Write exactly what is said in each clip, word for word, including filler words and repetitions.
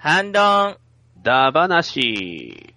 ハンドンだばなし。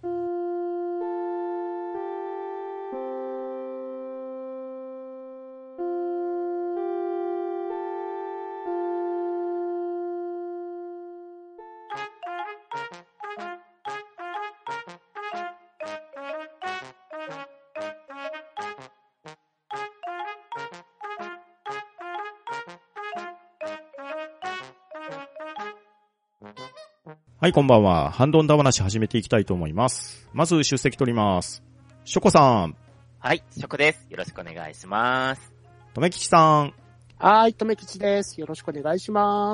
はい、こんばんは。ハンドンダ話始めていきたいと思います。まず出席取ります。ショコさん。 はい、ショコです。よろしくお願いします。 とめきちさん。 はい、とめきちです。よろしくお願いします。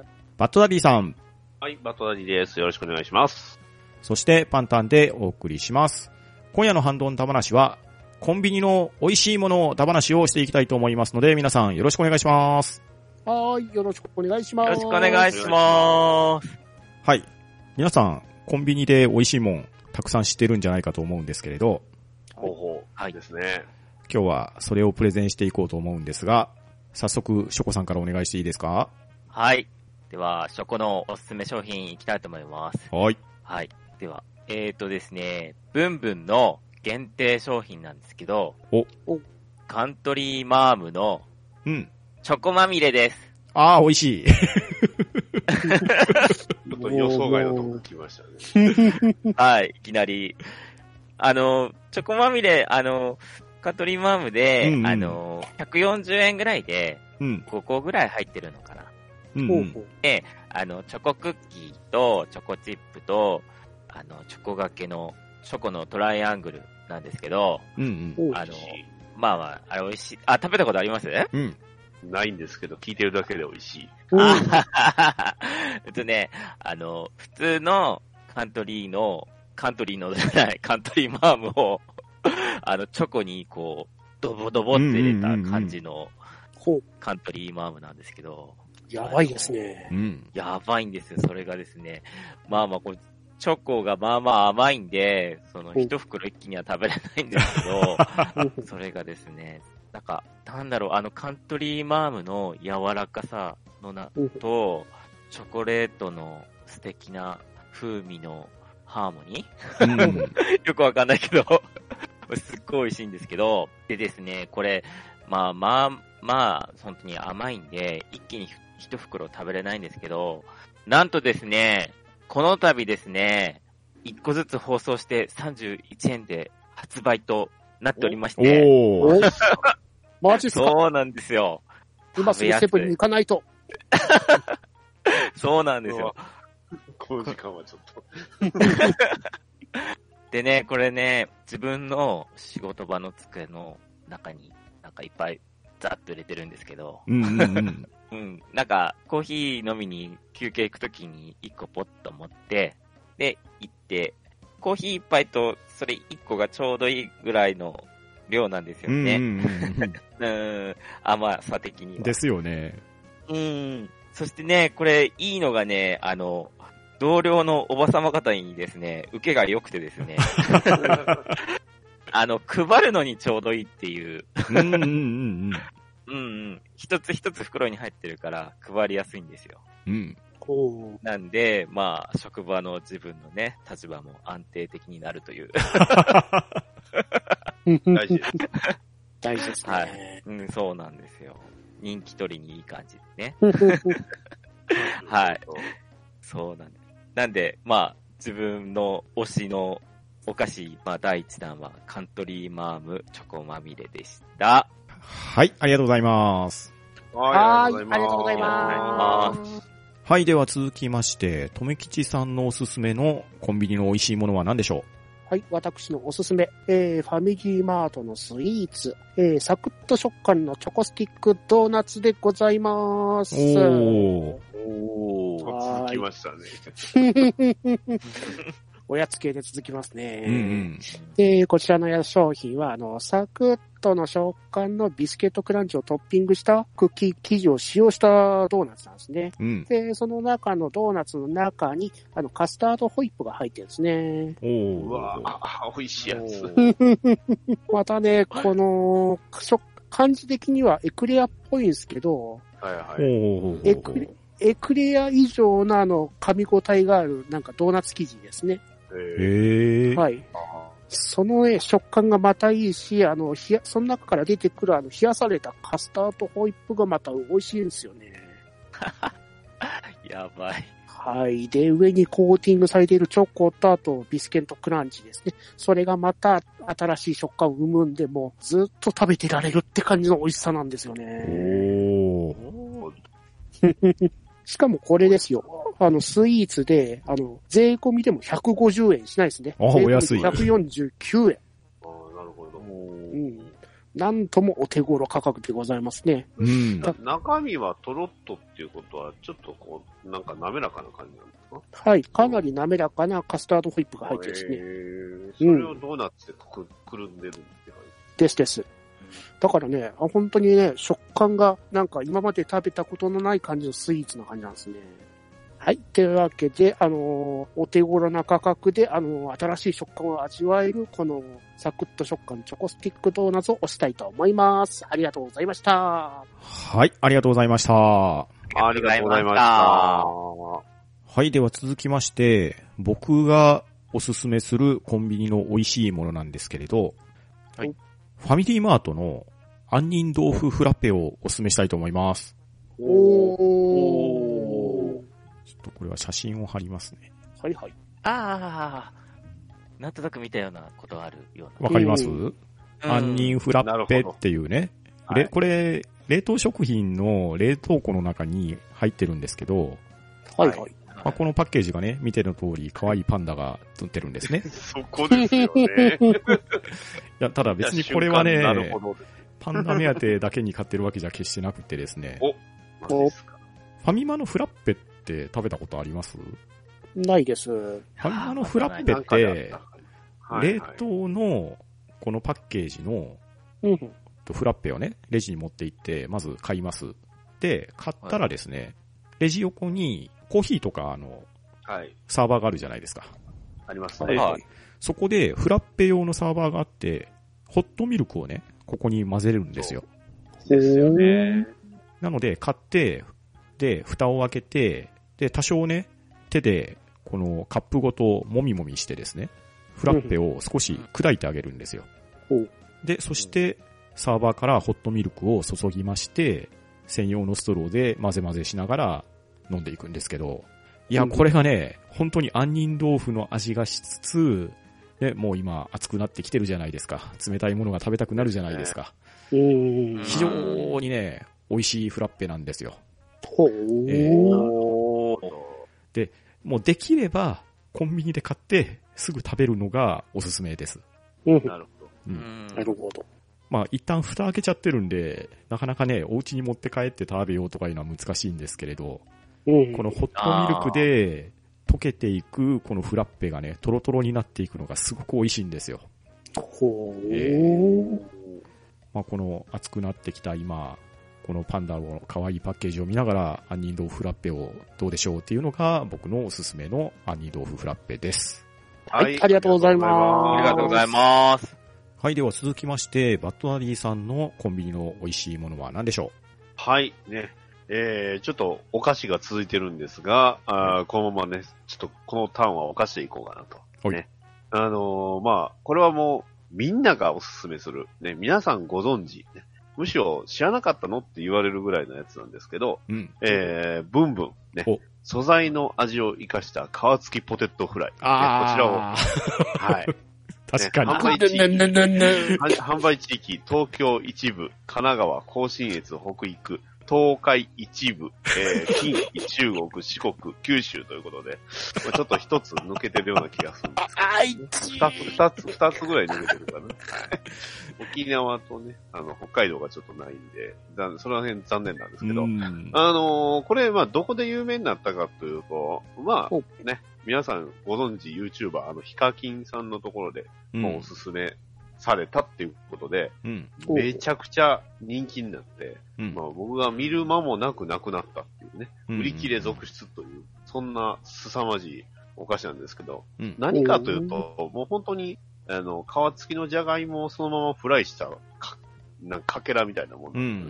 バットダディさん。 はい、バットダディです。よろしくお願いします。 そしてパンタンでお送りします。今夜のハンドンダ話は、コンビニの美味しいものダ話をしていきたいと思いますので、皆さんよろしくお願いします。 はい、よろしくお願いします。 よろしくお願いします。 はい。皆さん、コンビニで美味しいもん、たくさん知ってるんじゃないかと思うんですけれど。 ほうほう。はい。ですね。 今日はそれをプレゼンしていこうと思うんですが、早速、ショコさんからお願いしていいですか？ はい。では、ショコのおすすめ商品いきたいと思います。 はい。 はい。では、えーとですね、ブンブンの限定商品なんですけど、 お、 おカントリーマームの、 うん。 チョコまみれです。 あー、美味しい。 ちょっと予想外のとこ来ましたね。 はい、いきなり。あの、チョコまみれ、あの、カントリーマームで、うんうん、あの、ひゃくよんじゅうえんぐらいで、ごこぐらい入ってるのかな。 うんうん、 で、あの、チョコクッキーと、チョコチップと、あの、チョコがけの、チョコのトライアングルなんですけど、 うんうん、 あの、まあまあ、あれ美味しい。あ、食べたことあります？ うん。 ないんですけど、聞いてるだけで美味しい。 えっとね、あの、普通のカントリーの、カントリーのじゃない、カントリーマームを、あの、チョコにこう、ドボドボって入れた感じの、カントリーマームなんですけど。 やばいですね。 うん。 やばいんですよ、それがですね。まあまあ、これ、チョコがまあまあ甘いんで、その一袋一気には食べれないんですけど、それがですね、なんか、なんだろう、あのカントリーマームの柔らかさのな、と、チョコレートの素敵な風味のハーモニー、うん、よくわかんないけど、すっごい美味しいんですけど、でですね、これ、まあまあ、まあ、本当に甘いんで、一気に一袋食べれないんですけど、なんとですね、この度ですね、一個ずつ放送してさんじゅういちえんで発売となっておりまして。 おー。 マジっすか？ そうなんですよ。 今すぐセブンに行かないと。 そうなんですよ。 この時間はちょっと。 でね、これね、自分の仕事場の机の中になんかいっぱいザッと入れてるんですけど。 うんうんうんうん。なんか、コーヒー飲みに休憩行くときに一個ポッと持って、で、行って、コーヒー一杯とそれ一個がちょうどいいぐらいの量なんですよね。うん、うん、甘さ的には。 ですよね。 うん。そしてね、これいいのがね、あの、同僚のおばさま方にですね、受けが良くてですね。あの、配るのにちょうどいいっていう。 うんうんうんうん。 うんうん。一つ一つ袋に入ってるから配りやすいんですよ。 うん。 なんで、まあ、職場の自分のね、立場も安定的になるという。 大事です。 大事ですね。 はい。うん、そうなんですよ。人気取りにいい感じね。はい。そうなんです。なんで、まあ、自分の推しのお菓子、まあ、第一弾はカントリーマームチョコまみれでした。 はい、ありがとうございます。 はい、ありがとうございます。 はい、では続きまして、とめきちさんのおすすめのコンビニの美味しいものは何でしょう？はい、私のおすすめ、えー、ファミリーマートのスイーツ、えー、サクッと食感のチョコスティックドーナツでございます。 おー。 おー。続きましたね。 おやつ系で続きますね。 うんうん、 で、こちらの商品は、あの、サクッとの食感のビスケットクランチをトッピングしたクッキー生地を使用したドーナツなんですね。 うん、 で、その中のドーナツの中に、あの、カスタードホイップが入ってるんですね。 おー。 うわぁ、美味しいやつ。 またね、この、感じ的にはエクレアっぽいんですけど、 はいはい。 エクレエクレア以上のあの、噛み応えがある、なんかドーナツ生地ですね。 へえ。 はい。そのね、食感がまたいいし、あの、冷や、その中から出てくるあの、冷やされたカスタードホイップがまた美味しいんですよね。 やばい。 はい。で、上にコーティングされているチョコと、あと、ビスケットクランチですね。それがまた新しい食感を生むんで、もうずっと食べてられるって感じの美味しさなんですよね。 おー。 しかもこれですよ。あの、スイーツで、あの、税込みでもひゃくごじゅうえんしないですね。 あ、お安い。 ひゃくよんじゅうきゅうえん。 ああ、なるほど。 うん。なんともお手頃価格でございますね。 うん。 中身はトロッとっていうことは、ちょっとこう、なんか滑らかな感じなんですか？はい。かなり滑らかなカスタードホイップが入ってるんですね。へー。それをドーナツでくくるんでるって感じですです。だからね、本当にね、食感がなんか今まで食べたことのない感じのスイーツな感じなんですね。はい。というわけで、あのー、お手頃な価格で、あのー、新しい食感を味わえる、このサクッと食感チョコスティックドーナツを押したいと思います。ありがとうございました。 はい。ありがとうございました。 ありがとうございました。はい。では続きまして、僕がおすすめするコンビニの美味しいものなんですけれど、はい。ファミリーマートの杏仁豆腐フラッペをおすすめしたいと思います。 おー。 ちょっとこれは写真を貼りますね。 はいはい。 ああ、なんとなく見たようなことあるような。 わかります？杏仁フラッペっていうね。で、これ、冷凍食品の冷凍庫の中に入ってるんですけど、 はいはい。 まあ、このパッケージがね、見ての通り可愛いパンダが撮ってるんですね。 そこですよね。いや、ただ別にこれはね、パンダ目当てだけに買ってるわけじゃ決してなくてですね。 お、マジですか。 ファミマのフラッペって食べたことあります？ ないです。 ファミマのフラッペって、冷凍のこのパッケージのフラッペをね、レジに持って行って、まず買います。で、買ったらですね、レジ横にコーヒーとかあの、 はい、 サーバーがあるじゃないですか。 ありますね。 はい。そこでフラッペ用のサーバーがあって、ホットミルクをね、ここに混ぜるんですよ。 ですよね。 なので、買って、で、蓋を開けて、で、多少ね、手で、このカップごともみもみしてですね、フラッペを少し砕いてあげるんですよ。で、そして、サーバーからホットミルクを注ぎまして、専用のストローで混ぜ混ぜしながら飲んでいくんですけど、いや、これがね、本当に杏仁豆腐の味がしつつ、ね、もう今暑くなってきてるじゃないですか。冷たいものが食べたくなるじゃないですか。非常にね、美味しいフラッペなんですよ。えー、で、もうできればコンビニで買ってすぐ食べるのがおすすめです。 なるほど。 うん、 なるほど。 まあ一旦蓋開けちゃってるんで、なかなかね、お家に持って帰って食べようとかいうのは難しいんですけれど、うん、このホットミルクで溶けていくこのフラッペがね、トロトロになっていくのがすごく美味しいんですよ。 ほー。 えー、まあこの熱くなってきた今、このパンダの可愛いパッケージを見ながら杏仁豆腐フラッペをどうでしょうっていうのが僕のおすすめの杏仁豆腐フラッペです。 はい、はい、ありがとうございます。 ありがとうございます。 はい、では続きまして、バッドダディさんのコンビニの美味しいものは何でしょう？ はい、ね。えー、ちょっとお菓子が続いてるんですが、あこのままね、ちょっとこのターンはお菓子でいこうかなと。ね。あのー、まあ、これはもうみんながおすすめする。ね、皆さんご存知、ね。むしろ知らなかったのって言われるぐらいのやつなんですけど、うん、えー、ブンブン、ね。素材の味を生かした皮付きポテトフライ。 あね、こちらを。はい。 確かに。 販売地域、販売地域、東京一部、神奈川、甲信越、北陸、東海一部、えー、近畿、中国、四国、九州ということで、まあ、ちょっと一つ抜けてるような気がするんですけど、 あ、い二つ、二つ、二つぐらい抜けてるかな。沖縄とね、あの、北海道がちょっとないんで、だその辺残念なんですけど、あのー、これ、まあ、どこで有名になったかというと、まあ、ね、皆さんご存知 YouTuber、あの、ヒカキンさんのところで、もうおすすめされたっていうことで、うん、めちゃくちゃ人気になって、うん、まあ、僕が見る間もなくなくなったっていうね、うん、売り切れ続出という、そんな凄まじいお菓子なんですけど、うん、何かというと、もう本当に、あの、皮付きのじゃがいもをそのままフライしたか、なんかかけらみたいなものなんですよね。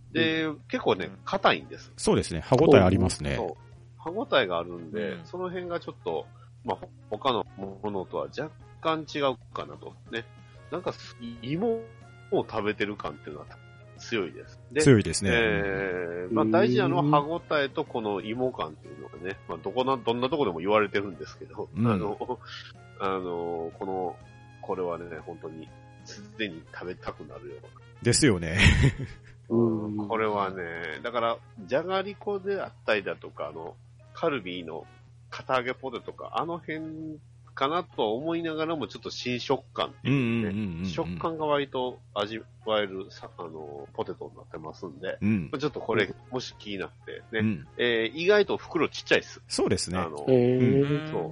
で、うん、結構ね、硬いんです。 そうですね。歯応えありますね。 そう。歯応えがあるんで、うん、その辺がちょっと、まあ、他のものとは若干違うかなと。ね。なんか、芋を食べてる感っていうのは強いです。で強いですね。 えー、まあ大事なのは歯応えとこの芋感っていうのがね、まあどこな、どんなとこでも言われてるんですけど、うん、あの、あの、この、これはね、本当に、すでに食べたくなるような。 ですよね。 うん、これはね、だから、じゃがりこであったりだとか、あの、カルビーの堅揚げポテトとか、あの辺かなとは思いながらも、ちょっと新食感っていうね、食感が割と味わえるさ、あの、ポテトになってますんで、うん、ちょっとこれ、もし気になってね、うん、えー、意外と袋ちっちゃいです。 そうですね。 あの、えー、そう。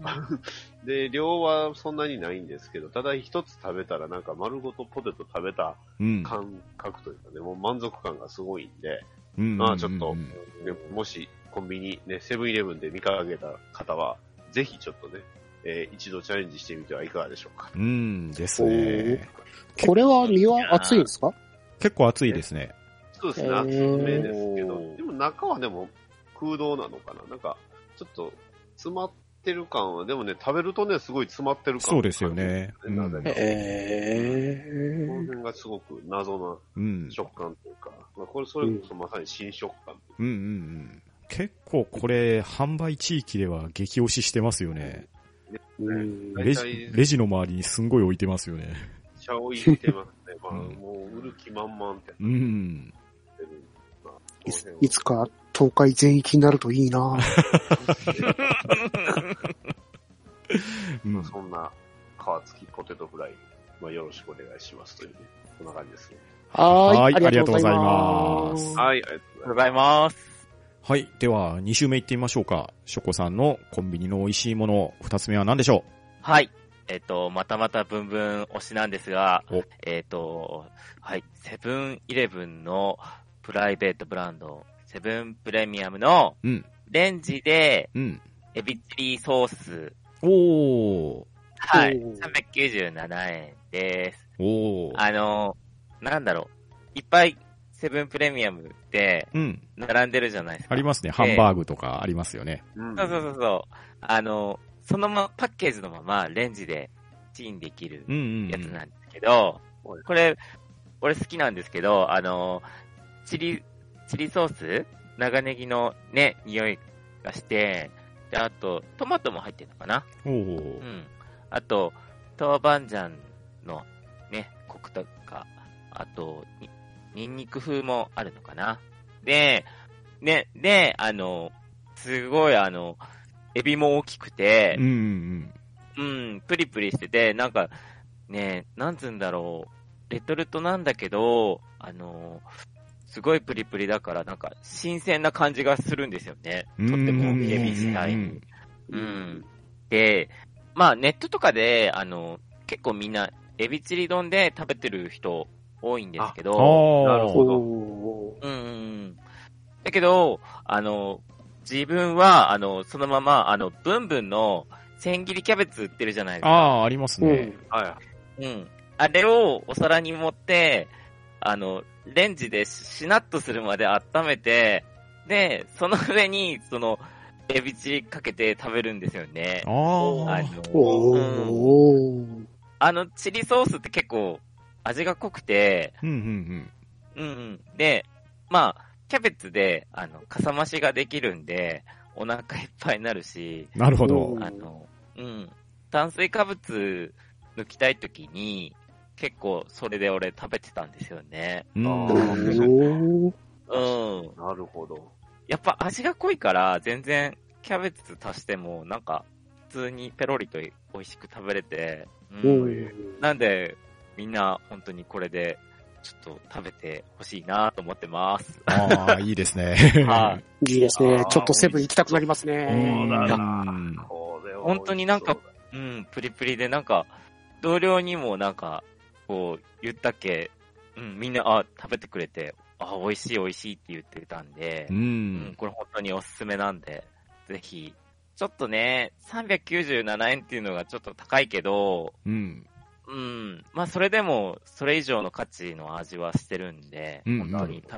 で、量はそんなにないんですけど、ただ一つ食べたらなんか丸ごとポテト食べた感覚というかね、うん、もう満足感がすごいんで、うん、まあちょっと、ね、もしコンビニね、セブンイレブンで見かけた方は、ぜひちょっとね、えー、一度チャレンジしてみてはいかがでしょうか。 うん、ですね。 これは身は厚いですか？ 結構厚いですね。 そうですね、厚めですけど、でも中はでも空洞なのかな。なんか、ちょっと詰まってる感は、でもね、食べるとね、すごい詰まってる感、 そうですよね。 うん、えー、この辺がすごく謎な食感というか、うん、まあ、これそれこそまさに新食感。 うんうんうん。結構これ、販売地域では激推ししてますよね。うん、レジ、レジの周りにすんごい置いてますよね。めっちゃ置いてますね。まあ、うん、もう売る気満々って。うん。 まあ、い, いつか東海全域になるといいなうん、そんな皮付きポテトフライ、まあ、よろしくお願いしますというね、こんな感じですね。 はい。 ありがとうございます。 はい、ありがとうございます。 はい。では、に週目行ってみましょうか。ショコさんのコンビニの美味しいもの、二つ目は何でしょう？ はい。えっ、ー、と、またまたブンブン推しなんですが、えっ、ー、と、はい。セブンイレブンのプライベートブランド、セブンプレミアムの、レンジで、エビチリソース。 うん、おー。 はい。さんびゃくきゅうじゅうななえんです。 おー。 あの、なんだろう。いっぱい、セブンプレミアムって、並んでるじゃないですか、 うん。ありますね。ハンバーグとかありますよね。 うん、そうそうそうそう。あの、そのまま、パッケージのままレンジでチンできるやつなんですけど、うんうんうん、これ、俺好きなんですけど、あの、チリ、チリソース長ネギのね、匂いがして、で、あと、トマトも入ってるのかな？ おー。 うん。あと、豆板醤のね、コクとか、あと、ニンニク風もあるのかな。で、ね、で、あの、すごいあの、エビも大きくて、 うんうんうん、うん、プリプリしてて、なんか、ね、なんつうんだろう、レトルトなんだけど、あの、すごいプリプリだから、なんか、新鮮な感じがするんですよね。とってもエビ自体に。うん。で、まあ、ネットとかで、あの、結構みんな、エビチリ丼で食べてる人多いんですけど、 なるほど。 うん。だけど、あの、自分は、あの、そのまま、あの、ブンブンの千切りキャベツ売ってるじゃないですか。 ああ、ありますね。 うん、はい。うん。あれをお皿に盛って、あの、レンジでしなっとするまで温めて、で、その上に、その、エビチリかけて食べるんですよね。 ああ。 あの、うん、あの、チリソースって結構味が濃くて、 うんうんうん。うんうん。で、まあ、キャベツで、あの、かさ増しができるんで、お腹いっぱいになるし、 なるほど。 あの、うん。炭水化物抜きたいときに、結構それで俺食べてたんですよね。 うん。 うん。 なるほど。 やっぱ味が濃いから、全然キャベツ足しても、なんか、普通にペロリと美味しく食べれて、うん。うん、なんで、みんな本当にこれで、ちょっと食べてほしいなと思ってます。 ああ、いいですね。 はい。 いいですね。ちょっとセブン行きたくなりますね。 そうだな。 本当になんか、うん、プリプリでなんか、同僚にもなんか、こう、言ったっけ、うん、みんな、あ、食べてくれて、あ、美味しい美味しいって言ってたんで、 うん、うん、 これ本当におすすめなんで、ぜひ、ちょっとね、さんびゃくきゅうじゅうななえんっていうのがちょっと高いけど、 うん。 うん。まあ、それでも、それ以上の価値の味はしてるんで、うんうん、本当に食べてほ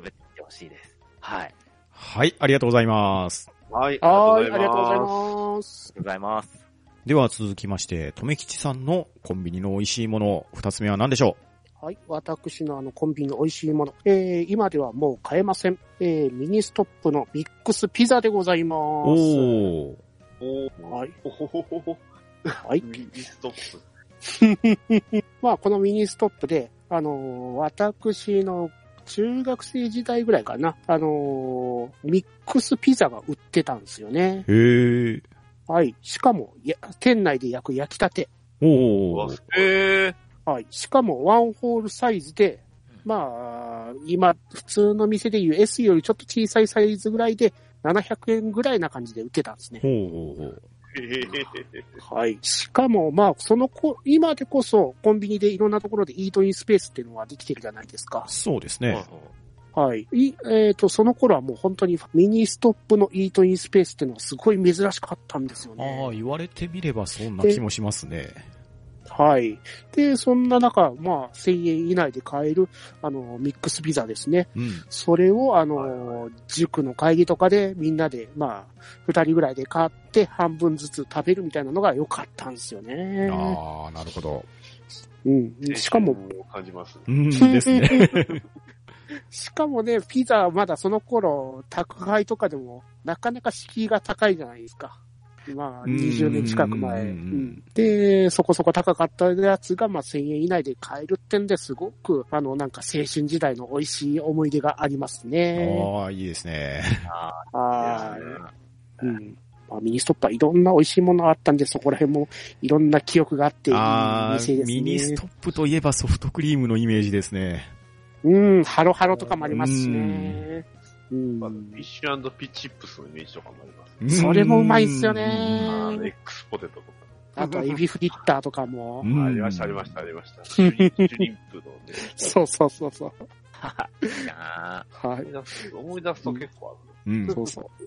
ほしいです。はい。 はい、ありがとうございます。 はい、 ありがとうございます。 ありがとうございます。 では続きまして、とめきちさんのコンビニの美味しいもの、二つ目は何でしょう？はい。私のあのコンビニの美味しいもの。えー、今ではもう買えません。えー、ミニストップのミックスピザでございます。おー。 はい。 おほほほほ。 はい。 ミニストップ。まあ、このミニストップで、あのー、私の中学生時代ぐらいかな。あのー、ミックスピザが売ってたんですよね。 へー。 はい。しかも、や、店内で焼く焼きたて。 おー。 へー。 はい。しかも、ワンホールサイズで、まあ、今、普通の店でいう S よりちょっと小さいサイズぐらいで、ななひゃくえんぐらいな感じで売ってたんですね。 ほうほうほう。 はい。しかも、まあ、そのこ、今でこそ、コンビニでいろんなところでイートインスペースっていうのはできてるじゃないですか。 そうですね。 はい。い、えっ、ー、と、その頃はもう本当にミニストップのイートインスペースっていうのはすごい珍しかったんですよね。 ああ、言われてみればそんな気もしますね。 はい。で、そんな中、まあ、せんえん以内で買える、あの、ミックスピザですね。 うん。 それを、あの、塾の会議とかでみんなで、まあ、二人ぐらいで買って半分ずつ食べるみたいなのが良かったんですよね。 ああ、なるほど。 うん。しかも、 感じますね。 うんですね。 しかもね、ピザはまだその頃、宅配とかでも、なかなか敷居が高いじゃないですか。まあ、にじゅうねん近く前。うん、で、そこそこ高かったやつが、まあ、せんえん以内で買えるってんですごく、あの、なんか青春時代の美味しい思い出がありますね。 ああ、いいですね。 はい。うん。まあ、ミニストップはいろんな美味しいものあったんで、そこら辺もいろんな記憶があっていい店ですね。 ミニストップといえばソフトクリームのイメージですね。 うん、ハロハロとかもありますしね。うん。 まあ、フィッシュ&ピチップスのイメージとかもあります、 ね。それもうまいっすよね。 あー、X ポテトとか。 あと、エビフリッターとかも。 ありました、ありました、ありました。シュリンプ、シュリンプのね。 そうそうそうそう。 はい。 思い出すと結構ある。うん。 そうそう。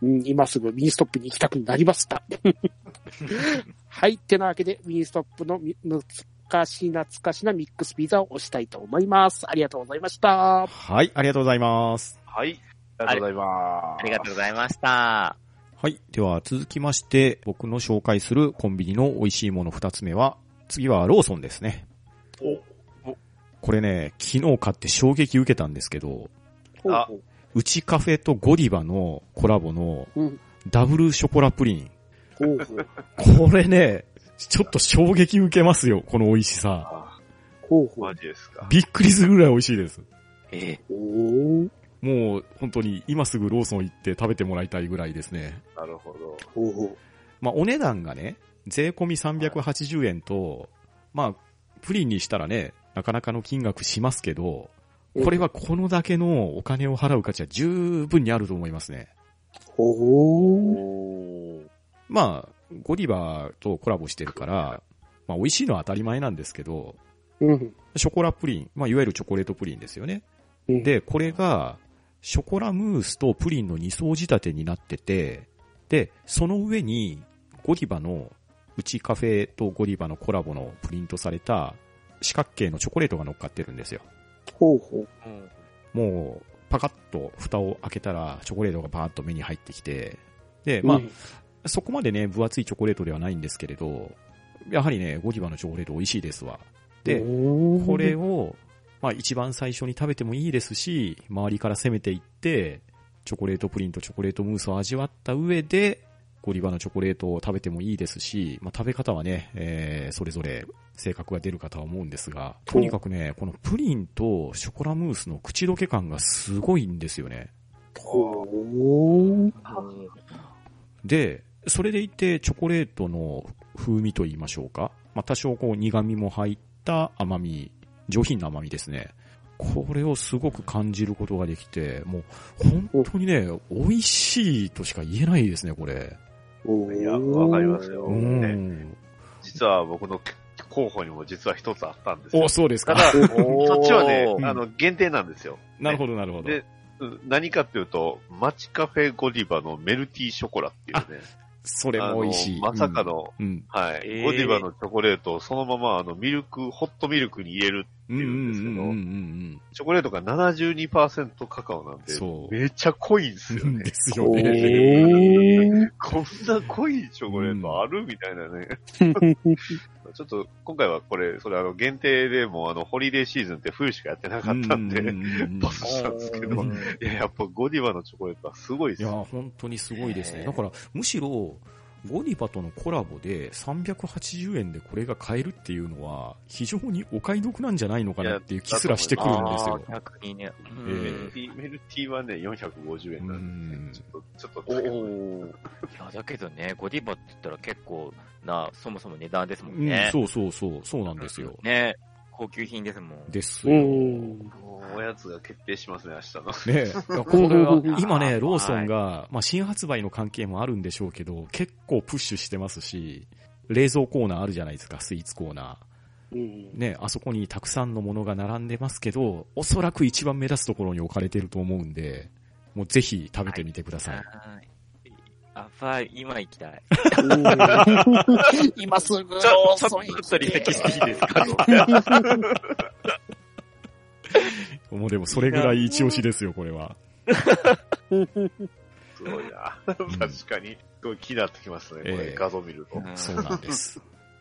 うん、今すぐミニストップに行きたくなりました。はい。ってなわけで、ミニストップの懐かし懐かしなミックスピザを押したいと思います。ありがとうございました。 はい、ありがとうございます。 はい。ありがとうございます。 ありがとうございました。 はい。では続きまして、僕の紹介するコンビニの美味しいもの二つ目は、次はローソンですね。 おおこれね、昨日買って衝撃受けたんですけど、 あうちカフェとゴディバのコラボのダブルショコラプリン。 ほうほうこれね、ちょっと衝撃受けますよ、この美味しさ。 ほうほうマジですか。 びっくりするぐらい美味しいです。 えー、おーもう本当に今すぐローソン行って食べてもらいたいぐらいですね。 なるほど。 ほうほうまあお値段がね、税込みさんびゃくはちじゅうえんと、まあプリンにしたらね、なかなかの金額しますけど、これはこのだけのお金を払う価値は十分にあると思いますね。 ほー。 まあ、ゴディバとコラボしてるから、まあ美味しいのは当たり前なんですけど、 うん、 ショコラプリン、まあいわゆるチョコレートプリンですよね。うん、で、これが、ショコラムースとプリンの二層仕立てになってて、で、その上に、ゴディバの、うちカフェとゴディバのコラボのプリントされた四角形のチョコレートが乗っかってるんですよ。 ほうほう。 もう、パカッと蓋を開けたら、チョコレートがバーッと目に入ってきて、で、まあ、うん、そこまでね、分厚いチョコレートではないんですけれど、やはりね、ゴディバのチョコレート美味しいですわ。で、これを、まあ一番最初に食べてもいいですし、周りから攻めていって、チョコレートプリンとチョコレートムースを味わった上で、ゴディバのチョコレートを食べてもいいですし、まあ食べ方はね、えー、それぞれ性格が出るかとは思うんですが、とにかくね、このプリンとショコラムースの口どけ感がすごいんですよね。で、それでいてチョコレートの風味と言いましょうか。まあ多少こう苦味も入った甘み、上品な甘みですね。これをすごく感じることができて、もう本当にね、美味しいとしか言えないですね、これ。 いや、わかりますよ。 うん、 ね、実は僕の候補にも実は一つあったんですよ。 お、そうですか。 ただ、そっちはね、あの、限定なんですよ。 なるほど、なるほど。 で、何かっていうと、マチカフェゴディバのメルティーショコラっていうね。 それも美味しい。 まさかの、うん、はい、えー。ゴディバのチョコレートをそのままあのミルク、ホットミルクに入れるっていうんですけど、チョコレートが ななじゅうにパーセント カカオなんで、めっちゃ濃いんですよね。 ですよね。 こんな濃いチョコレートあるみたいなね。ちょっと、今回はこれ、それあの、限定でもあの、ホリデーシーズンって冬しかやってなかったんで、パスしたんですけど、いや、やっぱゴディバのチョコレートはすごいですね。 いや、本当にすごいですね。だから、むしろ、ゴディバとのコラボでさんびゃくはちじゅうえんでこれが買えるっていうのは、非常にお買い得なんじゃないのかなっていう気すらしてくるんですよ。 逆にね。 えー、メルティーはね、よんひゃくごじゅうえんなんで、ちょっと、ちょっと、おいや、だけどね、ゴディバって言ったら結構な、そもそも値段ですもんね。 うん、そうそうそう、そうなんですよ。 ね。高級品ですもん。 ですよ。 おやつが決定しますね、明日の。 ねこれは、今ね、ローソンが、はい、まあ新発売の関係もあるんでしょうけど、結構プッシュしてますし、冷蔵コーナーあるじゃないですか、スイーツコーナー。ね、あそこにたくさんのものが並んでますけど、おそらく一番目立つところに置かれてると思うんで、もうぜひ食べてみてください。はいあ、ファイ、今行きたい。 今すぐ、 ちょ、ちょっと離席していいですかもうでもそれぐらい一押しですよ、これは。 すごいな。確かに、すごい気になってきますね、これ、えー、画像見ると。 そうなんです。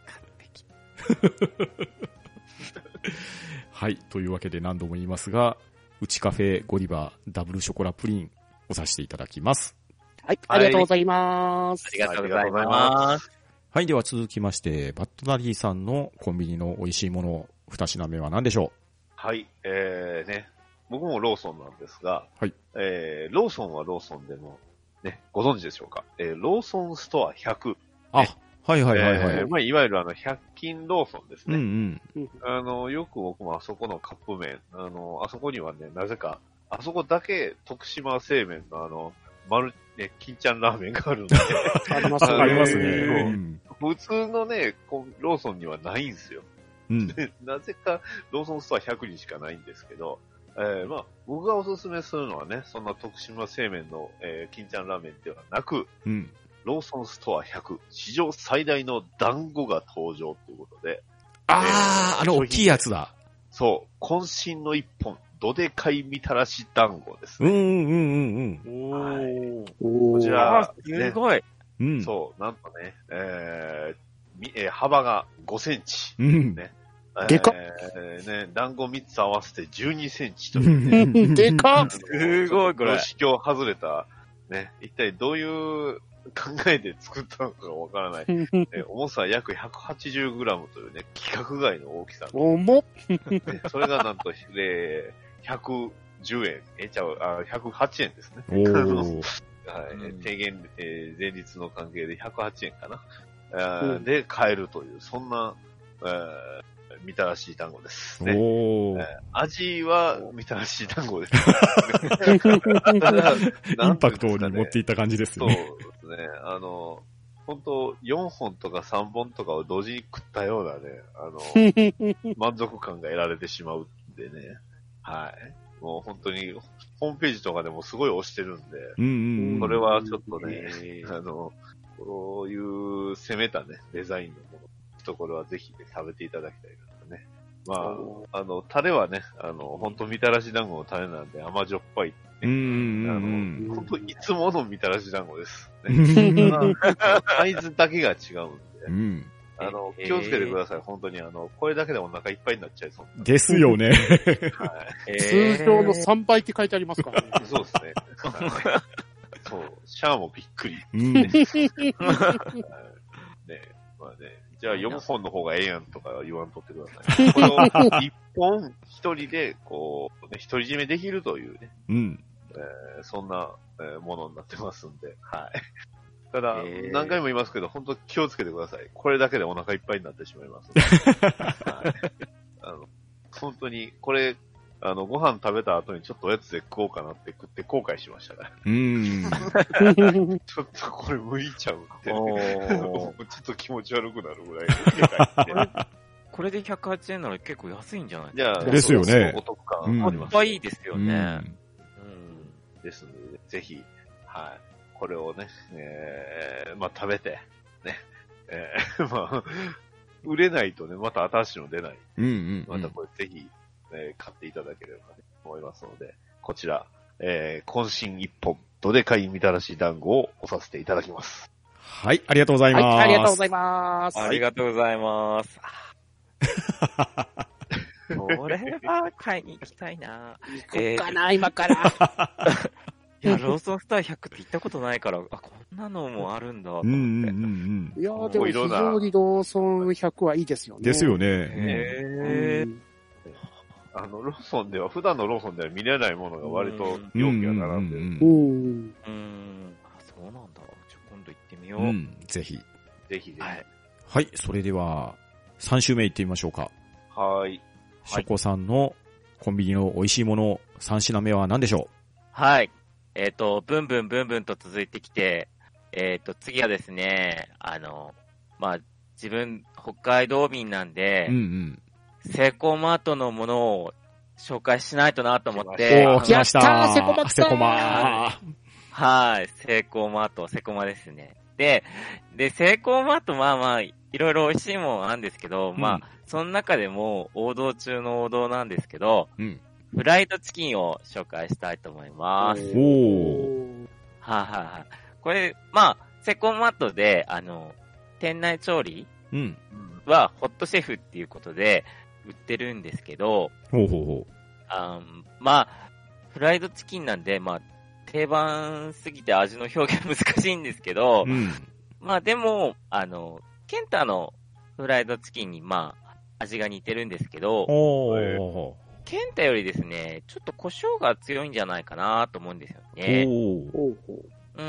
はい、というわけで何度も言いますが、うちカフェゴディバダブルショコラプリンをさせていただきます。 はい、ありがとうございます。 ありがとうございます。 はい、では続きまして、バッドダディさんのコンビニの美味しいもの、二品目は何でしょう？ はい、えーね、僕もローソンなんですが、 はい、 えー、ローソンはローソンでも、ね、ご存知でしょうか？えー、ローソンストアひゃく。 あ、はいはいはいはい。 えー、まあ、いわゆるあの、ひゃく均ローソンですね。 うんうん。 あの、よく僕もあそこのカップ麺、あの、あそこにはね、なぜか、あそこだけ徳島製麺のあの、丸、ね、金ちゃんラーメンがあるんで。 ありますね。 ありますね。 普通のね、ローソンにはないんですよ。 うん、 なぜか、ローソンストアひゃくにしかないんですけど、えー、まあ、僕がおすすめするのはね、そんな徳島製麺の、えー、金ちゃんラーメンではなく、 うん、 ローソンストアひゃく、史上最大の団子が登場ということで。 あー、えー、あの大きいやつだ。 そう、渾身の一本。どでかいみたらし団子ですね。 うんうんうんうん。 はい、こちら、 ね、すごい、 うん。そう、なんとね、えーえー、幅がごセンチ。 うんね、 でかっ、 えー、ね、団子みっつ合わせてじゅうにセンチという、 ね。でかっすごいこれ。 常識を外れた、ね、一体どういう考えで作ったのかわからない。えー、重さ約 ひゃくはちじゅうグラム というね、規格外の大きさ。 重っ、 ね、それがなんと、えーひゃくじゅうえん、え、ちゃう、あ、ひゃくはちえんですね。 おーはい、低減、えー、税率の関係でひゃくはちえんかな。うん、で、買えるという、そんな、えー、みたらし団子です、ね。 おーえー、味はみたらし団子です。 インパクトに持っていった感じですよね。 そうですね。あの、本当よんほんとかさんぼんとかを同時に食ったようなね、あの、満足感が得られてしまうんでね。はい。もう本当に、ホームページとかでもすごい押してるんで、 うんうんうん、 それはちょっとね、あの、こういう攻めたね、デザインのもの、ところはぜひ、ね、食べていただきたいからね。まあ、あの、タレはね、あの、本当みたらし団子のタレなんで甘じょっぱい、ね。 うんうんうんあの、本当いつものみたらし団子です。ね、サイズだけが違うんで。 うんあの、気をつけてください。本当に、あの、これだけでお腹いっぱいになっちゃいそう。 ですよね。 はい、 通常のさんばいって書いてありますからね。 そうですね。そう。シャアもびっくり。 うん、 ね、ね、まあね。じゃあよんほんの方がええやんとか言わんとってください。これをいっぽん一人で、こう、ね、独り占めできるというね。 うん。 えー、そんな、えー、ものになってますんで。はい。ただ、何回も言いますけど、本当気をつけてください。これだけでお腹いっぱいになってしまいます。はい、あの本当に、これ、あの、ご飯食べた後にちょっとおやつで食おうかなって食って後悔しましたね。 うーん。ちょっとこれ向いちゃうって、ね。ちょっと気持ち悪くなるぐらいでかい、ね。 これでひゃくはちえんなら結構安いんじゃないですか。 じゃあ、ですよね。 お得感あります。 うん、いいですよね。 うん。ですので、ぜひ、はい。 これをね、えー、まあ食べて、ね、えー、まあ、売れないとね、また新しいの出ない。 うんうん、 うん。またこれぜひ、えー、買っていただければね、思いますので、こちら、えー、渾身一本、どでかいみたらし団子を押させていただきます。 はい、ありがとうございます。 はい、ありがとうございます。 ありがとうございます。これは買いに行きたいな。 行こうかな、えー、今から。 いや、ローソンスターひゃくって行ったことないから、あ、こんなのもあるんだと思って。うんうんうんうん、いやー、でも非常にローソンひゃくはいいですよね。 ですよね。 へー。うんあの、ローソンでは、普段のローソンでは見れないものが割と容器が並んでる。 うん。 うん。あ、そうなんだ。じゃあ今度行ってみよう。 うん、ぜひ。 ぜひぜひ。はい。 はい、それでは、さん週目行ってみましょうか。 はい。 ショコさんのコンビニの美味しいものさん品目は何でしょう？ はい。えっ、ー、と、ブンブンブンブンと続いてきて、えっ、ー、と、次はですね、あの、まあ、自分、北海道民なんで、 うんうん。 セイコーマートのものを紹介しないとなと思って。 おー、来ましたー。セコマセコマー。 はい。セイコーマート、セコマですね。で、で、セイコーマート、まあまあ、いろいろ美味しいもんあるんですけど、うん、まあ、その中でも王道中の王道なんですけど、うん、フライドチキンを紹介したいと思います。 おー。 はいはいはい。これ、まあ、セコマートで、あの、店内調理は、ホットシェフっていうことで売ってるんですけど、 ほうほうほう。 あまあ、フライドチキンなんで、まあ、定番すぎて味の表現難しいんですけど、うん、まあでも、あの、ケンタのフライドチキンに、まあ、味が似てるんですけど、 おー。 ケンタよりですね、ちょっと胡椒が強いんじゃないかなと思うんですよね。 おー。 うん。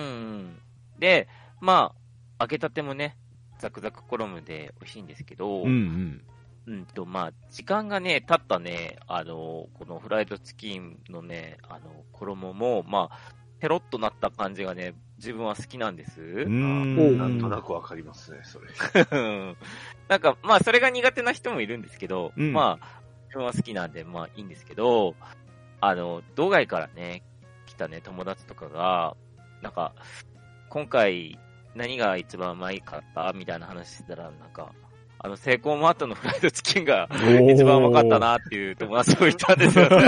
で、まあ、揚げたてもね、ザクザク衣で美味しいんですけど、 うんうん。 うんと、まあ、時間がね、経ったね、あの、このフライドチキンのね、あの、衣も、まあ、ペロッとなった感じがね、自分は好きなんです。うん。なんとなくわかりますね、それ。 なんか、まあ、それが苦手な人もいるんですけど、 うん、 まあ、自分は好きなんで、まあいいんですけど、あの、道外からね、来たね、友達とかが、なんか、今回、何が一番うまいかったみたいな話してたら、なんか、あの、セイコーマートのフライドチキンが一番うまかったなっていう友達もいたんですよね。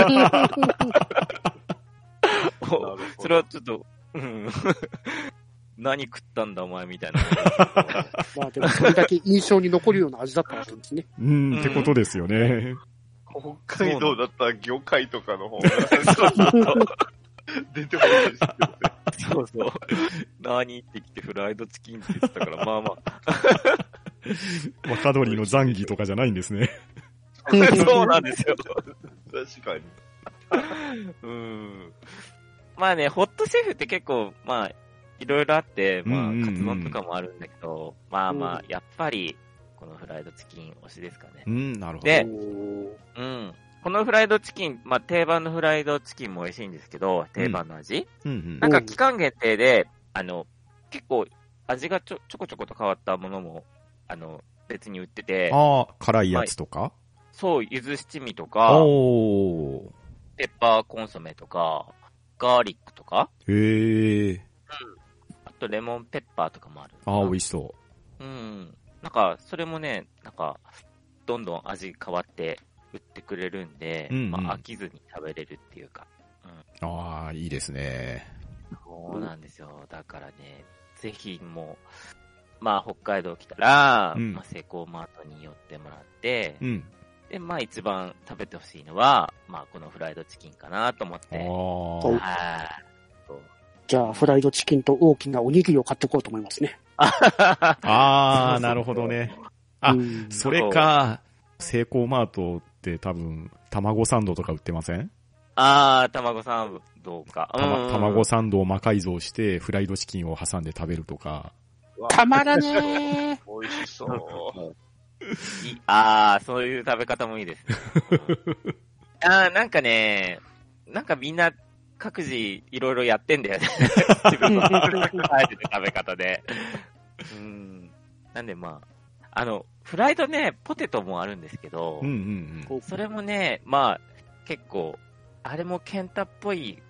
それはちょっと、うん、何食ったんだお前みたいな。 まあでもそれだけ印象に残るような味だったわけですね。 うん、ってことですよね。 北海道だったら魚介とかの方が出てもいいですけどね。 そうそう。何ってきてフライドチキンって言ってたから、まあまあ。 若鳥のザンギとかじゃないんですね。 そうなんですよ。 確かに。 うん。まあね、ホットシェフって結構、まあ、いろいろあって、まあ、カツ丼とかもあるんだけど、まあまあ、やっぱり、このフライドチキン推しですかね。 うん、なるほど。 で、うん。このフライドチキン、まあ定番のフライドチキンも美味しいんですけど、定番の味、 うんうんうん、 なんか期間限定で、あの、結構味がちょ、ちょこちょこと変わったものも、あの、別に売ってて。 ああ、辛いやつとか、まあ、 そう、柚子七味とか、 おー。 ペッパーコンソメとか、ガーリックとか。 へー。うん。 あとレモンペッパーとかもある。 ああ、美味しそう。 うん。なんか、それもね、なんか、どんどん味変わって売ってくれるんで、うんうん、まあ飽きずに食べれるっていうか。 うん、ああ、いいですね。 そうなんですよ。だからね、ぜひもう、まあ北海道来たら、うん、まあセイコーマートに寄ってもらって、 うん、 で、まあ一番食べてほしいのは、まあこのフライドチキンかなと思って。 あじゃあ、フライドチキンと大きなおにぎりを買っていこうと思いますね。 ああ、なるほどね。あ、それか、セイコーマートって多分、卵サンドとか売ってません？ ああ、卵サンドか。 たま、卵サンドを魔改造して、フライドチキンを挟んで食べるとか。 たまらねー。美味しそう。 ああ、そういう食べ方もいいですね。ああ、なんかね、なんかみんな、各自いろいろやってんだよね。自分の食べ方で。うん。なんでまあ、あの、フライドね、ポテトもあるんですけど、 うんうんうん、 それもね、まあ、結構、あれもケンタっぽいフ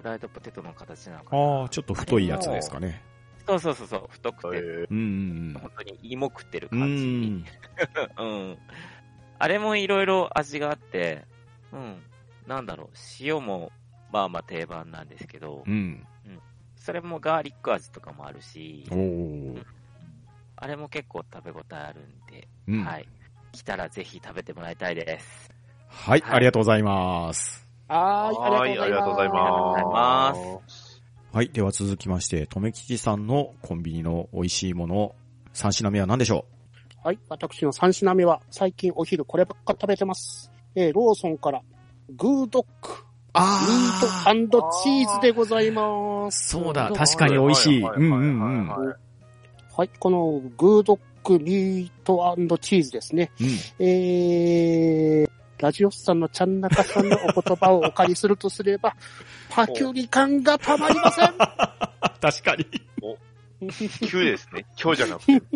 ライドポテトの形なのかな。 ああ、ちょっと太いやつですかね。 そうそうそうそう、太くて、 えうんうん本当に芋食ってるうん。う感じ。 ん。 うん。あれもいろいろ味があって、うん。なんだろう、塩もまあまあ定番なんですけど、 うん。 それもガーリック味とかもあるし、 おー。 あれも結構食べ応えあるんで、 うん。 はい。来たらぜひ食べてもらいたいです。 はい、 はいありがとうございます。 はーい、 はい、ありがとうございありがとうございま。 ますはい、では続きまして、とめきちさんのコンビニの美味しいもの、さん品目は何でしょはい、私のさん品目は、最近お昼こればっか食べてます。えー、ローソンから、グードッグ、 あミート&チーズでございます。 そうだ、確かに美味しい。うんうんうん。 はい、このグードッグ、ミート&チーズですね。 うん、 えー、ラジオスさんのちゃんなかさんのお言葉をお借りするとすれば、パキュリ感がたまりません。 確かに。 急ですね。今日じゃなくて。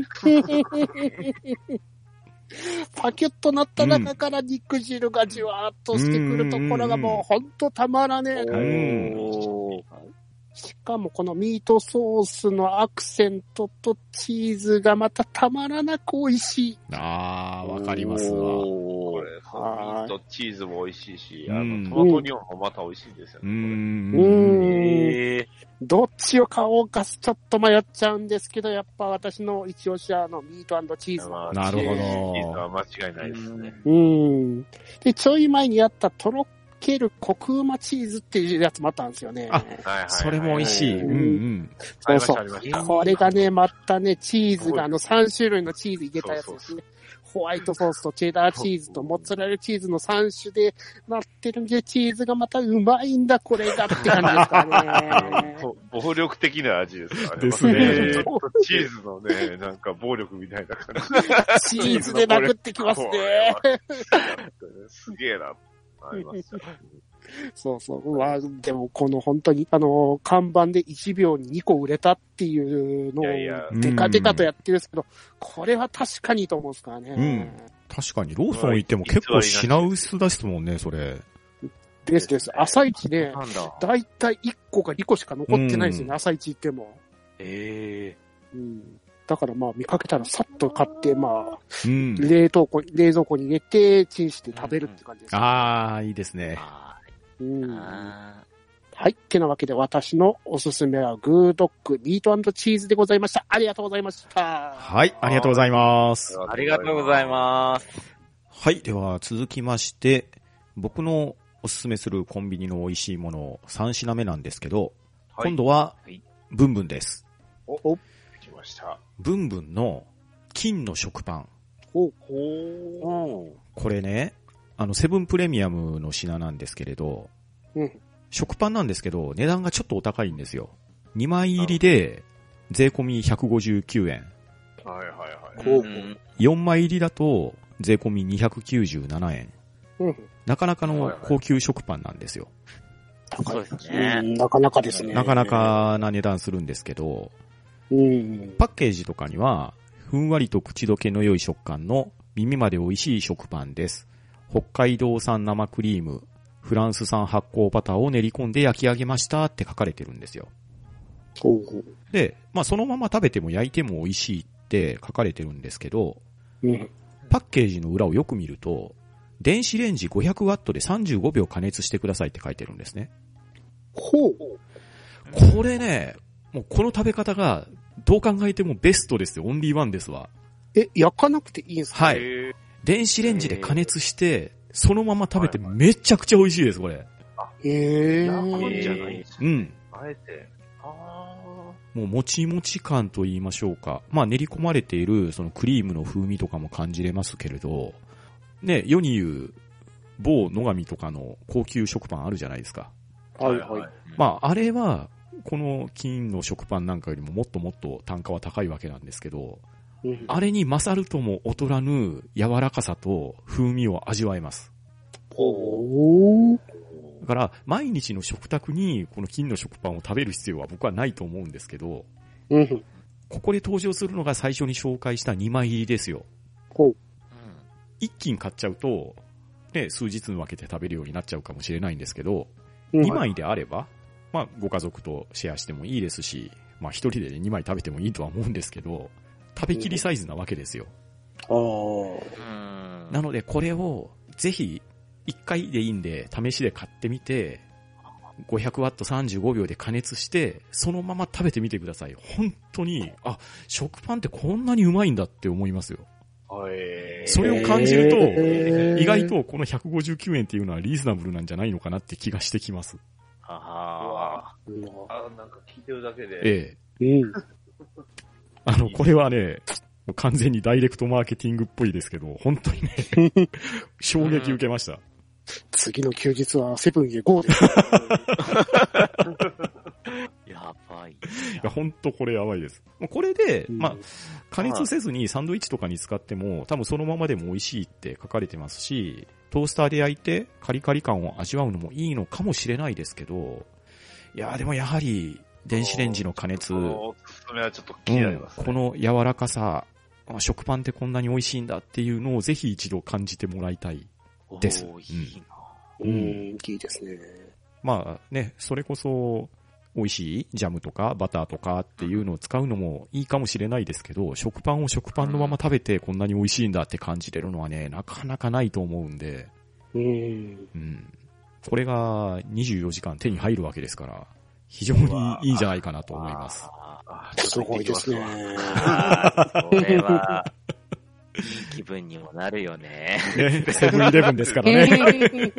パキュッとなった中から肉汁がじわーっとしてくるところがもうほんとたまらねえな。 うんしかもこのミートソースのアクセントとチーズがまたたまらなく美味しい。 あー、わかりますわ。 これ、ミはいートチーズも美味しいし、 うんあの、トマトニョンもまた美味しいですようね。 ん。 うーん。 えー、 どっちを買おうかちょっと迷っちゃうんですけど、やっぱ私の一押しはあのミート&チーズの。 なるほどチーズは間違いないですね。 うーん。で、ちょい前にやったとろけるコクうまチーズっていうやつもあったんですよね。 あはいはいはいそれも美味しい。うんうん。 そうそうありましたありましたこれがね、またね、チーズがあのさん種類のチーズ入れたやつですね。ホワイトソースとチェダーチーズとモッツァレラチーズのさん種でなってるんで、チーズがまたうまいんだ、これがって感じですからね。 暴力的な味ですからね。 ですねちょっとチーズのね、なんか暴力みたいな感じ。 チーズで殴ってきますね。 すげえな。ありますよそうそう。まあ、でもこの本当に、あの、看板でいちびょうににこ売れたっていうのを、 いやいやデカデカとやってるんですけど、これは確かにいいと思うんですからね。 うん確かに、ローソン行っても結構品薄ですもんね、それ。 ですです。朝一ね、 なんだ。 だいたいいっこかにこしか残ってないんですよね、 うん朝一行っても。 えうん。だからまあ見かけたらさっと買って、まあ、 うん。 冷凍庫、冷蔵庫に入れて、チンして食べるって感じです、ね。 あー、いいですねー。。あうん。 ーあはい。ってなわけで私のおすすめはグードッグ、ミート&チーズでございました。ありがとうございました。 はい、ありがとうございます。 ー。ありがとうございます。 はい、では続きまして、僕のおすすめするコンビニの美味しいものさん品目なんですけど、 はい今度ははい、 ブンブンです。 お、来ました。 ブンブンの金の食パン。 おうおー。 これね、あの、セブンプレミアムの品なんですけれど、 うん。 食パンなんですけど、値段がちょっとお高いんですよ。にまい入りで、税込みひゃくごじゅうきゅうえん。 はいはいはい。 こううんよんまい入りだと、税込みにひゃくきゅうじゅうななえん。 うん。 なかなかの高級食パンなんですよ。 高いそうですうね。 ん。なかなかですね。 なかなかな値段するんですけど、 うん。 パッケージとかには、ふんわりと口どけの良い食感の耳まで美味しい食パンです。北海道産生クリーム、フランス産発酵バターを練り込んで焼き上げましたって書かれてるんですよ。 ほうほう。 で、まあそのまま食べても焼いても美味しいって書かれてるんですけど、 うん。 パッケージの裏をよく見ると、電子レンジごひゃくワットでさんじゅうごびょう加熱してくださいって書いてるんですね。 ほう。 これね、もうこの食べ方がどう考えてもベストですよ。オンリーワンですわ。 え、焼かなくていいんですか？ はい。電子レンジで加熱して、そのまま食べてめちゃくちゃ美味しいです、これ。 へえ。 焼くんじゃないんですよ。 うん。 あえて。あもうもちもち感と言いましょうか。まあ練り込まれているそのクリームの風味とかも感じれますけれど、ね、世に言う某野上とかの高級食パンあるじゃないですか。 あ。 はいはい。 まああれは、この金の食パンなんかよりももっともっと単価は高いわけなんですけど、 うん。 あれに勝るとも劣らぬ柔らかさと風味を味わえます。 ほう。 だから、毎日の食卓にこの金の食パンを食べる必要は僕はないと思うんですけど、 うん。 ここで登場するのが最初に紹介したにまい入りですよ。 ほう。 一斤買っちゃうと、ね、数日に分けて食べるようになっちゃうかもしれないんですけど、 うんにまいであれば、 まあ、ご家族とシェアしてもいいですし、まあ、一人で、ね、にまい食べてもいいとは思うんですけど、食べきりサイズなわけですよ。 ああ。 なので、これを、ぜひ、いっかいでいいんで、試しで買ってみて、ごひゃくワットさんじゅうごびょうで加熱して、そのまま食べてみてください。本当に、あ、食パンってこんなにうまいんだって思いますよ。それを感じると、意外とこのひゃくごじゅうきゅうえんっていうのはリーズナブルなんじゃないのかなって気がしてきます。 ああ、なんか聞いてるだけで。 ええ。うん、あの、これはね、完全にダイレクトマーケティングっぽいですけど、本当にね、衝撃受けました。 次の休日はセブンへゴーです。 やばい。いや、ほんとこれやばいです。これで、うん、まあ、加熱せずにサンドイッチとかに使っても、多分そのままでも美味しいって書かれてますし、トースターで焼いてカリカリ感を味わうのもいいのかもしれないですけど、いや、でもやはり、電子レンジの加熱、 おすすめはちょっと気になりますね、 うん、この柔らかさ、食パンってこんなに美味しいんだっていうのをぜひ一度感じてもらいたいです。 おー、いいな。 うん、うん、いいですね。 まあね、それこそ美味しいジャムとかバターとかっていうのを使うのもいいかもしれないですけど、食パンを食パンのまま食べてこんなに美味しいんだって感じれるのはね、なかなかないと思うんで、 うん、 うん、これがにじゅうよじかん手に入るわけですから、非常にいいんじゃないかなと思います。 すごいですね。 これは、いい気分にもなるよね。 ね、セブンイレブンですからね。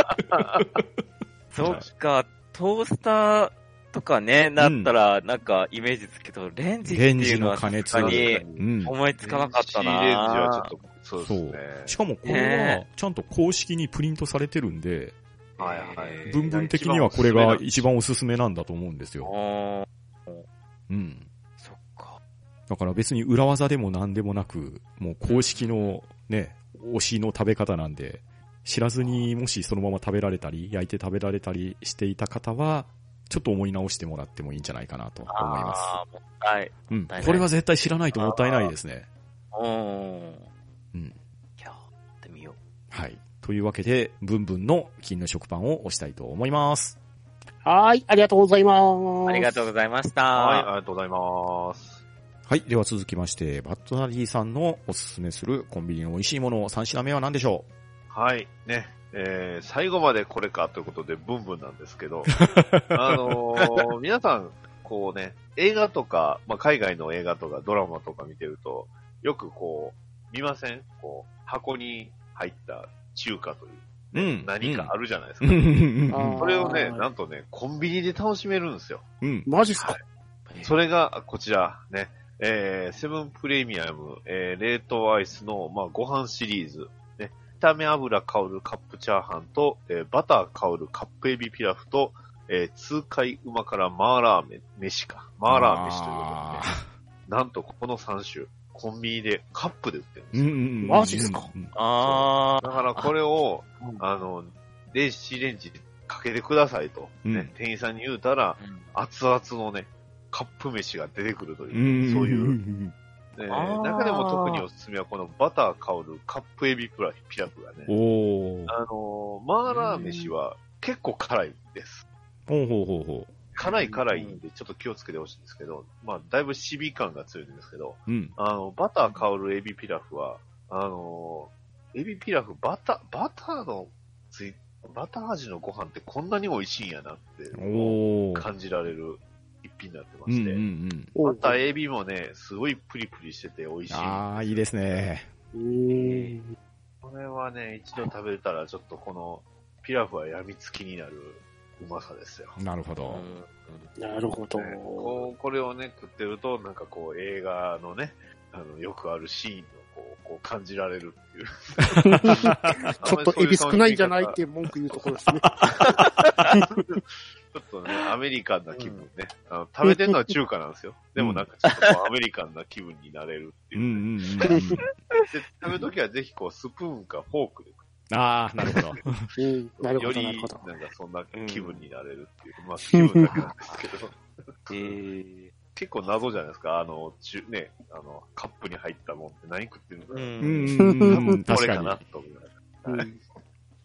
そっか、トースターとかね、なったら、なんかイメージつけど、レンジっていうのはさすがに思いつかなかったな。 レンジはちょっと、そうですね。 しかもこれは、ちゃんと公式にプリントされてるんで、 はいはい、 文文的にはこれが一番おすすめなんだと思うんですよ。うん。 そっか。 だから別に裏技でも何でもなく、もう公式のね、推しの食べ方なんで、知らずにもしそのまま食べられたり、焼いて食べられたりしていた方は、ちょっと思い直してもらってもいいんじゃないかなと思います。 ああ、もったい。 うん。これは絶対知らないともったいないですね。 うん。うん。 いやってみよう。 はい。というわけで、ブンブンの金の食パンを押したいと思います。 はい、ありがとうございます。 ありがとうございました。 はい、ありがとうございます。 はい、では続きまして、バッドナリーさんのおすすめするコンビニの美味しいものさん品目は何でしょう？はい、ね、えー、最後までこれかということで、ブンブンなんですけど、あのー、皆さん、こうね、映画とか、まあ、海外の映画とかドラマとか見てると、よくこう、見ません？こう、箱に入った中華という、ね、うん、何かあるじゃないですか。うん、それをね、なんとね、コンビニで楽しめるんですよ。 うん。マジっすか？はい、 それが、こちら、ね、えー、セブンプレミアム、えー、冷凍アイスの、まあ、ご飯シリーズ、ね、炒め油香るカップチャーハンと、えー、バター香るカップエビピラフと、えー、痛快うま辛マーラー飯か。マーラー飯ということで、ね、なんとこのさん種、コンビニでカップで売ってるんですよ。うんうん、マジですか？ ああ。だからこれを、あの、電子レンジにかけてくださいと、ね、うん、店員さんに言うたら、うん、熱々のね、カップ飯が出てくるという、うん、そういう、ね、中でも特におすすめはこのバター香るカップエビピラフがね、 おあの、マーラー飯は結構辛いです。 ほうほうほうほう。 辛い辛いんでちょっと気をつけてほしいんですけど、まあ、だいぶシビ感が強いんですけど、 うん、 あの、バター香るエビピラフは、あの、エビピラフ、バター、バターのつい、バター味のご飯ってこんなに美味しいんやなって感じられる一品になってまして、 うんうんうん、 バターエビもね、すごいプリプリしてて美味しい。 ああ、いいですね。 うーん。 これはね、一度食べたらちょっとこのピラフは病みつきになるうまさですよ。 なるほど。 なるほど、 ね、こう。これをね、食ってると、なんかこう、映画のね、あの、よくあるシーンをこう、こう感じられるっていう。 ちょっとエビ少ないんじゃないって文句言うところですね。 ちょっとね、アメリカンな気分ね。うん、あの食べてるのは中華なんですよ。でもなんかちょっとこうアメリカンな気分になれるっていう、ね。うんうんうん、で食べるときはぜひこう、スプーンかフォークで。 ああ、なるほど。 うん、なるほど。 より、なんかそんな気分になれるっていう。うん、まあ、気分だけなんですけど。 えー、 結構謎じゃないですか。あの、中、ね、あの、カップに入ったもんって何食ってるのかな。 うん。 これかなと思いました。はい。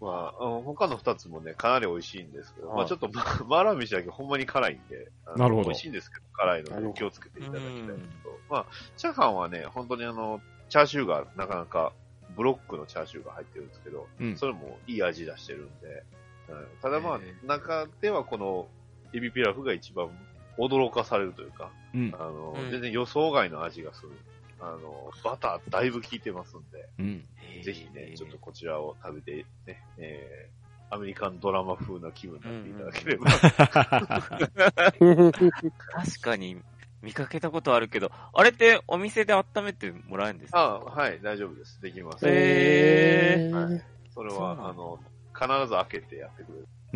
まあ、他の二つもね、かなり美味しいんですけど、はい、まあちょっとマーラー飯だけほんまに辛いんで、 なるほど。 美味しいんですけど、辛いので気をつけていただきたいと。まあ、チャーハンはね、本当にあの、チャーシューがなかなか、ブロックのチャーシューが入ってるんですけど、うん、それもいい味出してるんで、うん、ただまあ、中ではこの、エビピラフが一番驚かされるというか、うん、あの、うん、全然予想外の味がする。あの、バターだいぶ効いてますんで、うん、ぜひね、ちょっとこちらを食べて、ね、えー、アメリカンドラマ風な気分になっていただければ。 うんうん、確かに見かけたことあるけど、あれってお店で温めてもらえるんですか？ あはい、大丈夫です。できます。 へー。 はい、それは、あの、必ず開けてやってくれる。うん。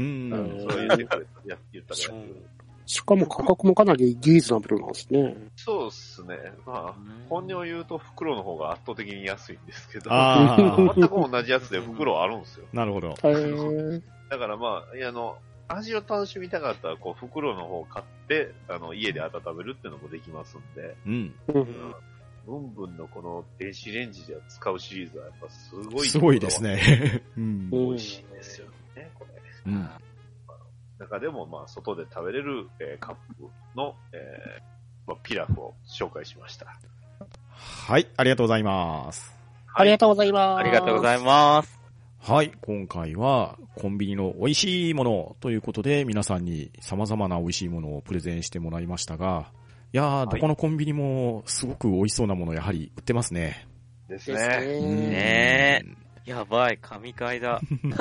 それを言ってくれた、や言ったらやってくれる。 しかも価格もかなりリーズナブルなんですね。 そうですね。まあ、本音を言うと袋の方が圧倒的に安いんですけど、全く同じやつで袋あるんですよ。 なるほど。 だからまあ、いやあの、味を楽しみたかったら、こう、袋の方を買って、あの、家で温めるっていうのもできますんで、うん。うん、ブンブンのこの電子レンジで使うシリーズはやっぱすごい。 すごいですね。 うん。美味しいんですよね、これ。うん。中でも、まあ、外で食べれる、えー、カップの、えーまあ、ピラフを紹介しました。 はい、ありがとうございます。 はい、ありがとうございます。 ありがとうございます。 はい、今回はコンビニの美味しいものということで、皆さんに様々な美味しいものをプレゼンしてもらいましたが、いやー、はい、どこのコンビニもすごく美味しそうなものやはり売ってますね。 ですね。 ねえ。やばい、神回だ。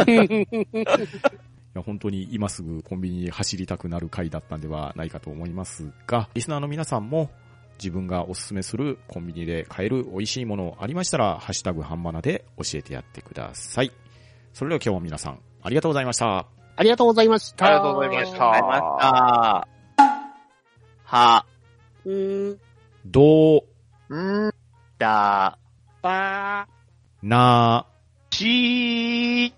いや本当に今すぐコンビニに走りたくなる回だったんではないかと思いますが、リスナーの皆さんも自分がおすすめするコンビニで買える美味しいものありましたら、ハッシュタグハンマナで教えてやってください。それでは今日も皆さんありがとうございました。 ありがとうございました。 ありがとうございました。 ありがとうございました。は、 ん、 ど、 ん、 だ、 ば、 な、 ちー、